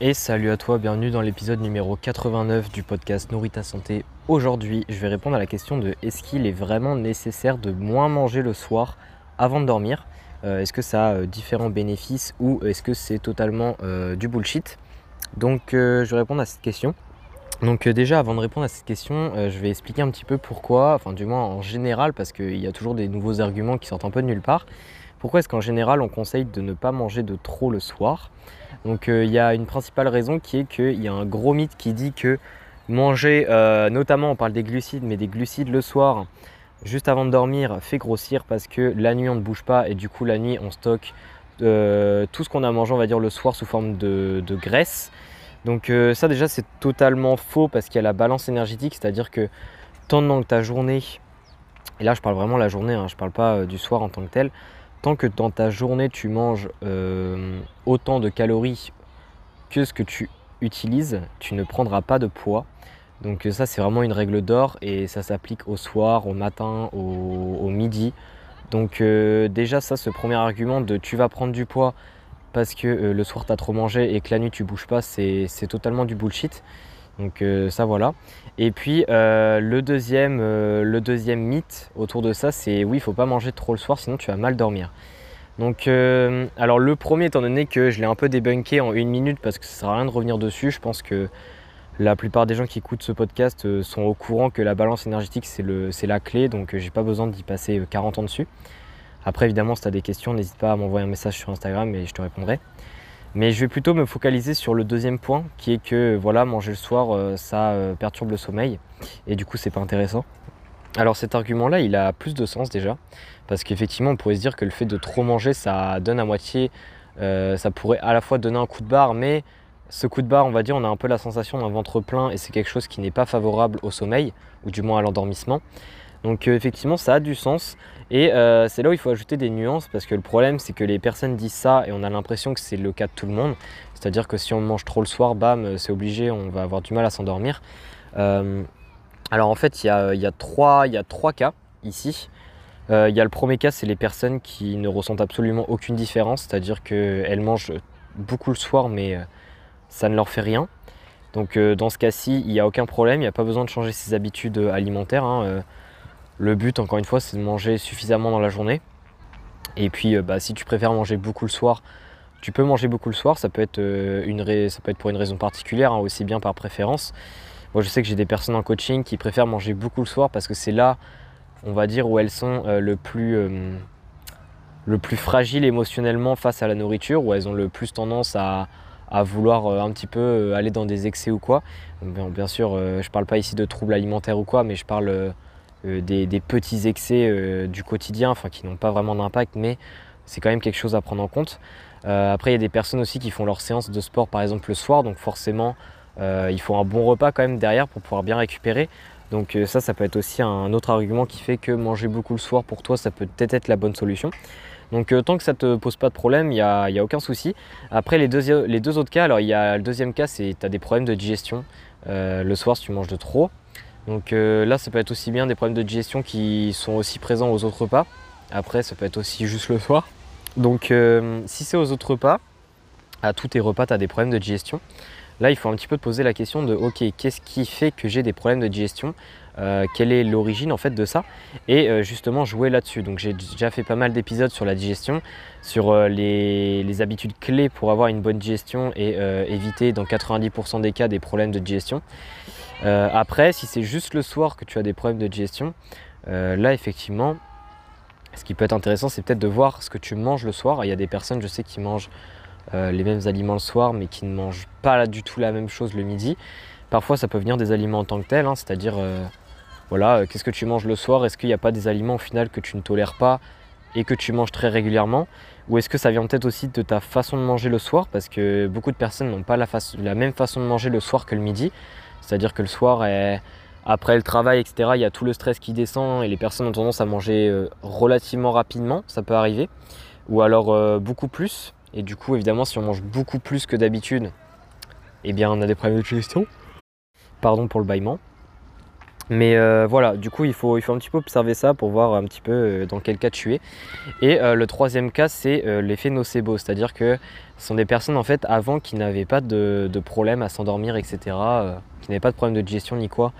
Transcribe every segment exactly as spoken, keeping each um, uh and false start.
Et salut à toi, bienvenue dans l'épisode numéro quatre-vingt-neuf du podcast Nourris ta santé. Aujourd'hui, je vais répondre à la question de est-ce qu'il est vraiment nécessaire de moins manger le soir avant de dormir euh, Est-ce que ça a euh, différents bénéfices ou est-ce que c'est totalement euh, du bullshit? Donc euh, je vais répondre à cette question. Donc euh, déjà avant de répondre à cette question, euh, je vais expliquer un petit peu pourquoi, enfin du moins en général, parce qu'il y a toujours des nouveaux arguments qui sortent un peu de nulle part. Pourquoi est-ce qu'en général on conseille de ne pas manger de trop le soir? Donc il euh, y a une principale raison qui est qu'il y a un gros mythe qui dit que manger, euh, notamment on parle des glucides, mais des glucides le soir, juste avant de dormir, fait grossir parce que la nuit on ne bouge pas et du coup la nuit on stocke euh, tout ce qu'on a mangé on va dire le soir sous forme de, de graisse. Donc euh, ça déjà c'est totalement faux parce qu'il y a la balance énergétique, c'est-à-dire que pendant que ta journée, et là je parle vraiment la journée, hein, je parle pas euh, du soir en tant que tel, tant que dans ta journée tu manges euh, autant de calories que ce que tu utilises, tu ne prendras pas de poids. Donc ça c'est vraiment une règle d'or et ça s'applique au soir, au matin, au, au midi. Donc euh, déjà ça, ce premier argument de tu vas prendre du poids parce que euh, le soir tu as trop mangé et que la nuit tu bouges pas, c'est totalement du bullshit. Donc euh, ça voilà. Et puis euh, le, deuxième, euh, le deuxième mythe autour de ça, c'est oui, il faut pas manger trop le soir sinon tu vas mal dormir. Donc euh, alors le premier, étant donné que je l'ai un peu débunké en une minute parce que ça sert à rien de revenir dessus, je pense que la plupart des gens qui écoutent ce podcast euh, sont au courant que la balance énergétique c'est la clé, donc euh, j'ai pas besoin d'y passer euh, quarante ans dessus. Après évidemment si tu as des questions, n'hésite pas à m'envoyer un message sur Instagram et je te répondrai. Mais je vais plutôt me focaliser sur le deuxième point qui est que voilà, manger le soir euh, ça euh, perturbe le sommeil et du coup c'est pas intéressant. Alors cet argument-là, il a plus de sens déjà, parce qu'effectivement, on pourrait se dire que le fait de trop manger, ça donne à moitié, euh, ça pourrait à la fois donner un coup de barre, mais ce coup de barre, on va dire, on a un peu la sensation d'un ventre plein, et c'est quelque chose qui n'est pas favorable au sommeil, ou du moins à l'endormissement. Donc euh, effectivement, ça a du sens, et euh, c'est là où il faut ajouter des nuances, parce que le problème, c'est que les personnes disent ça, et on a l'impression que c'est le cas de tout le monde, c'est-à-dire que si on mange trop le soir, bam, c'est obligé, on va avoir du mal à s'endormir. Euh, Alors en fait, il y a, il y a trois, il y a trois cas ici. Euh, il y a le premier cas, c'est les personnes qui ne ressentent absolument aucune différence, c'est-à-dire qu'elles mangent beaucoup le soir, mais euh, ça ne leur fait rien. Donc euh, dans ce cas-ci, il n'y a aucun problème, il n'y a pas besoin de changer ses habitudes alimentaires, hein. Euh, le but, encore une fois, c'est de manger suffisamment dans la journée. Et puis, euh, bah, si tu préfères manger beaucoup le soir, tu peux manger beaucoup le soir. Ça peut être, euh, une ra- ça peut être pour une raison particulière, hein, aussi bien par préférence. Moi, je sais que j'ai des personnes en coaching qui préfèrent manger beaucoup le soir parce que c'est là, on va dire, où elles sont euh, le plus, euh, le plus fragiles émotionnellement face à la nourriture, où elles ont le plus tendance à, à vouloir euh, un petit peu euh, aller dans des excès ou quoi. Donc, bien, bien sûr, euh, je ne parle pas ici de troubles alimentaires ou quoi, mais je parle euh, euh, des, des petits excès euh, du quotidien, enfin qui n'ont pas vraiment d'impact, mais c'est quand même quelque chose à prendre en compte. Euh, après, il y a des personnes aussi qui font leur séance de sport, par exemple, le soir, donc forcément, euh, il faut un bon repas quand même derrière pour pouvoir bien récupérer. Donc euh, ça, ça peut être aussi un autre argument qui fait que manger beaucoup le soir, pour toi, ça peut peut-être être la bonne solution. Donc euh, tant que ça ne te pose pas de problème, il n'y a, y a aucun souci. Après, les deux, les deux autres cas, alors il y a le deuxième cas, c'est tu as des problèmes de digestion euh, le soir si tu manges de trop. Donc euh, là, ça peut être aussi bien des problèmes de digestion qui sont aussi présents aux autres repas. Après, ça peut être aussi juste le soir. Donc euh, si c'est aux autres repas, à tous tes repas, tu as des problèmes de digestion. Là, il faut un petit peu te poser la question de ok, qu'est-ce qui fait que j'ai des problèmes de digestion, euh, quelle est l'origine en fait de ça, et euh, justement jouer là-dessus. Donc j'ai déjà fait pas mal d'épisodes sur la digestion, sur euh, les, les habitudes clés pour avoir une bonne digestion et euh, éviter dans quatre-vingt-dix pour cent des cas des problèmes de digestion. Euh, après, si c'est juste le soir que tu as des problèmes de digestion, euh, là effectivement, ce qui peut être intéressant, c'est peut-être de voir ce que tu manges le soir. Il y a des personnes, je sais, qui mangent Euh, les mêmes aliments le soir mais qui ne mangent pas du tout la même chose le midi. Parfois ça peut venir des aliments en tant que tels, hein, c'est-à-dire euh, voilà, euh, qu'est-ce que tu manges le soir, est-ce qu'il n'y a pas des aliments au final que tu ne tolères pas et que tu manges très régulièrement, ou est-ce que ça vient peut-être aussi de ta façon de manger le soir, parce que beaucoup de personnes n'ont pas la, la même façon de manger le soir que le midi, c'est-à-dire que le soir est, après le travail etc, il y a tout le stress qui descend et les personnes ont tendance à manger euh, relativement rapidement, ça peut arriver, ou alors euh, beaucoup plus. Et du coup, évidemment, si on mange beaucoup plus que d'habitude, eh bien, on a des problèmes de digestion. Pardon pour le bâillement. Mais euh, voilà, du coup il faut, il faut un petit peu observer ça pour voir un petit peu euh, dans quel cas tu es. Et euh, le troisième cas, c'est euh, l'effet nocebo, c'est-à-dire que ce sont des personnes en fait avant qui n'avaient pas de, de problème à s'endormir, et cetera, euh, qui n'avaient pas de problème de digestion ni quoi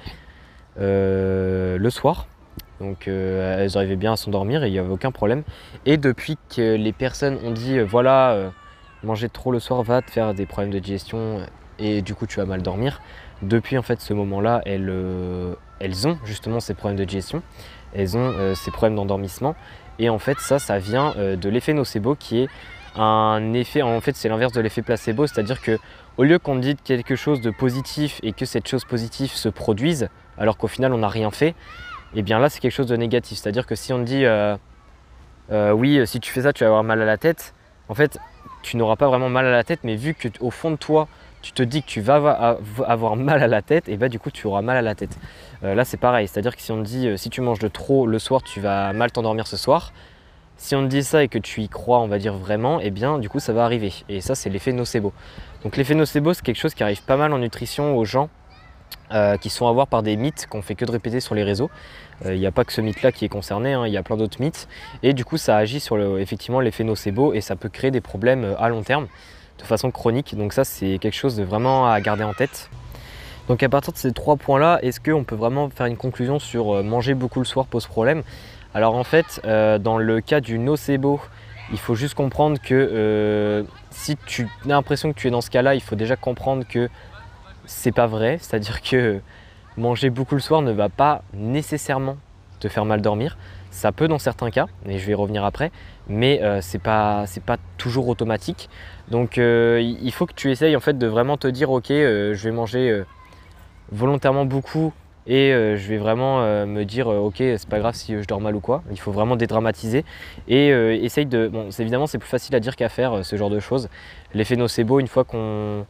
euh, le soir. Donc euh, elles arrivaient bien à s'endormir et il n'y avait aucun problème. Et depuis que les personnes ont dit euh, voilà, euh, manger trop le soir va te faire des problèmes de digestion et du coup tu vas mal dormir, depuis en fait ce moment-là, elles, euh, elles ont justement ces problèmes de digestion, elles ont euh, ces problèmes d'endormissement. Et en fait ça, ça vient euh, de l'effet nocebo qui est un effet, en fait c'est l'inverse de l'effet placebo, c'est-à-dire que au lieu qu'on dise quelque chose de positif et que cette chose positive se produise, alors qu'au final on n'a rien fait, et bien là c'est quelque chose de négatif. C'est-à-dire que si on te dit euh, euh, oui, si tu fais ça tu vas avoir mal à la tête, en fait tu n'auras pas vraiment mal à la tête, mais vu que au fond de toi tu te dis que tu vas avoir mal à la tête, et bah du coup tu auras mal à la tête. Euh, là c'est pareil, c'est-à-dire que si on te dit euh, si tu manges de trop le soir tu vas mal t'endormir ce soir, si on te dit ça et que tu y crois, on va dire vraiment, et bien du coup ça va arriver. Et ça c'est l'effet nocebo. Donc l'effet nocebo c'est quelque chose qui arrive pas mal en nutrition aux gens Euh, qui sont à voir par des mythes qu'on fait que de répéter sur les réseaux. Il euh, n'y a pas que ce mythe-là qui est concerné, hein, il y a plein d'autres mythes. Et du coup, ça agit sur le, effectivement l'effet nocebo et ça peut créer des problèmes à long terme de façon chronique. Donc ça, c'est quelque chose de vraiment à garder en tête. Donc à partir de ces trois points-là, est-ce qu'on peut vraiment faire une conclusion sur euh, manger beaucoup le soir pose problème? Alors en fait, euh, dans le cas du nocebo, il faut juste comprendre que euh, si tu as l'impression que tu es dans ce cas-là, il faut déjà comprendre que c'est pas vrai, c'est-à-dire que manger beaucoup le soir ne va pas nécessairement te faire mal dormir. Ça peut dans certains cas, et je vais y revenir après, mais euh, c'est pas, c'est pas toujours automatique. Donc euh, il faut que tu essayes en fait de vraiment te dire ok, euh, je vais manger euh, volontairement beaucoup et euh, je vais vraiment euh, me dire euh, ok, c'est pas grave si je dors mal ou quoi. Il faut vraiment dédramatiser et euh, essaye de. Bon, évidemment c'est plus facile à dire qu'à faire euh, ce genre de choses. L'effet nocebo, une fois qu'on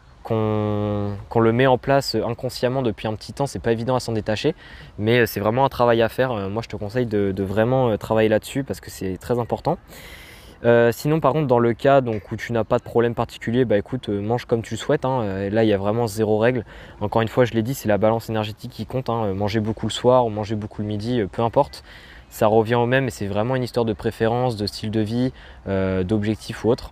qu'on qu'on le met en place inconsciemment depuis un petit temps, c'est pas évident à s'en détacher, mais c'est vraiment un travail à faire. Moi je te conseille de, de vraiment travailler là-dessus parce que c'est très important. Euh, sinon par contre dans le cas donc, où tu n'as pas de problème particulier, bah écoute, euh, mange comme tu le souhaites, hein. Là il y a vraiment zéro règle. Encore une fois je l'ai dit, c'est la balance énergétique qui compte, hein. Manger beaucoup le soir ou manger beaucoup le midi, euh, peu importe, ça revient au même et c'est vraiment une histoire de préférence, de style de vie, euh, d'objectif ou autre.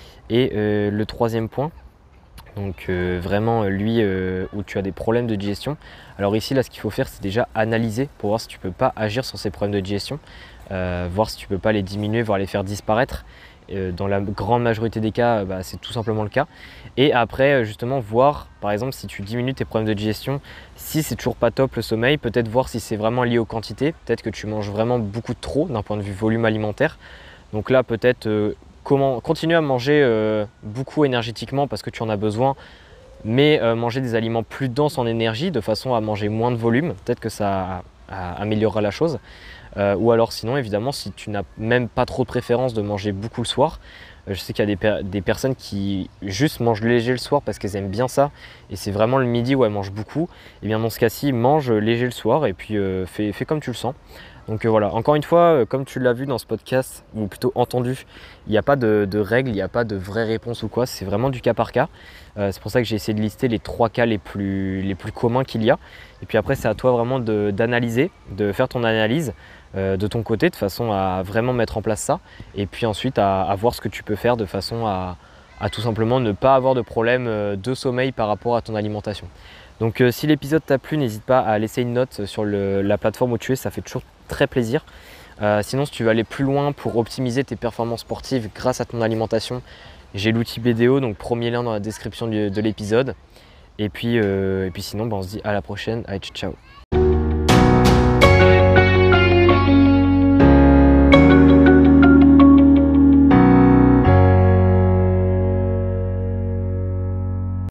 Et euh, le troisième point, donc euh, vraiment lui euh, où tu as des problèmes de digestion. Alors ici là ce qu'il faut faire c'est déjà analyser pour voir si tu peux pas agir sur ces problèmes de digestion, euh, voir si tu peux pas les diminuer, voire les faire disparaître. Euh, dans la grande majorité des cas bah, c'est tout simplement le cas. Et après justement voir par exemple si tu diminues tes problèmes de digestion, si c'est toujours pas top le sommeil, peut-être voir si c'est vraiment lié aux quantités, peut-être que tu manges vraiment beaucoup trop d'un point de vue volume alimentaire. Donc là peut-être euh, Comment continuer à manger euh, beaucoup énergétiquement parce que tu en as besoin, mais euh, manger des aliments plus denses en énergie de façon à manger moins de volume, peut-être que ça améliorera la chose. Euh, ou alors sinon évidemment si tu n'as même pas trop de préférence de manger beaucoup le soir, euh, je sais qu'il y a des, per des personnes qui juste mangent léger le soir parce qu'elles aiment bien ça et c'est vraiment le midi où elles mangent beaucoup, et bien dans ce cas-ci mange léger le soir et puis euh, fais, fais comme tu le sens. Donc euh, voilà, encore une fois, euh, comme tu l'as vu dans ce podcast, ou plutôt entendu, il n'y a pas de, de règles, il n'y a pas de vraie réponse ou quoi, c'est vraiment du cas par cas. Euh, c'est pour ça que j'ai essayé de lister les trois cas les plus, les plus communs qu'il y a. Et puis après, c'est à toi vraiment d'analyser, de, de faire ton analyse euh, de ton côté, de façon à vraiment mettre en place ça. Et puis ensuite, à, à voir ce que tu peux faire de façon à, à tout simplement ne pas avoir de problème de sommeil par rapport à ton alimentation. Donc euh, si l'épisode t'a plu, n'hésite pas à laisser une note sur le, la plateforme où tu es, ça fait toujours très plaisir. Euh, sinon si tu veux aller plus loin pour optimiser tes performances sportives grâce à ton alimentation, j'ai l'outil B D O, donc premier lien dans la description de, de l'épisode. Et puis, euh, et puis sinon bah, on se dit à la prochaine, allez ciao.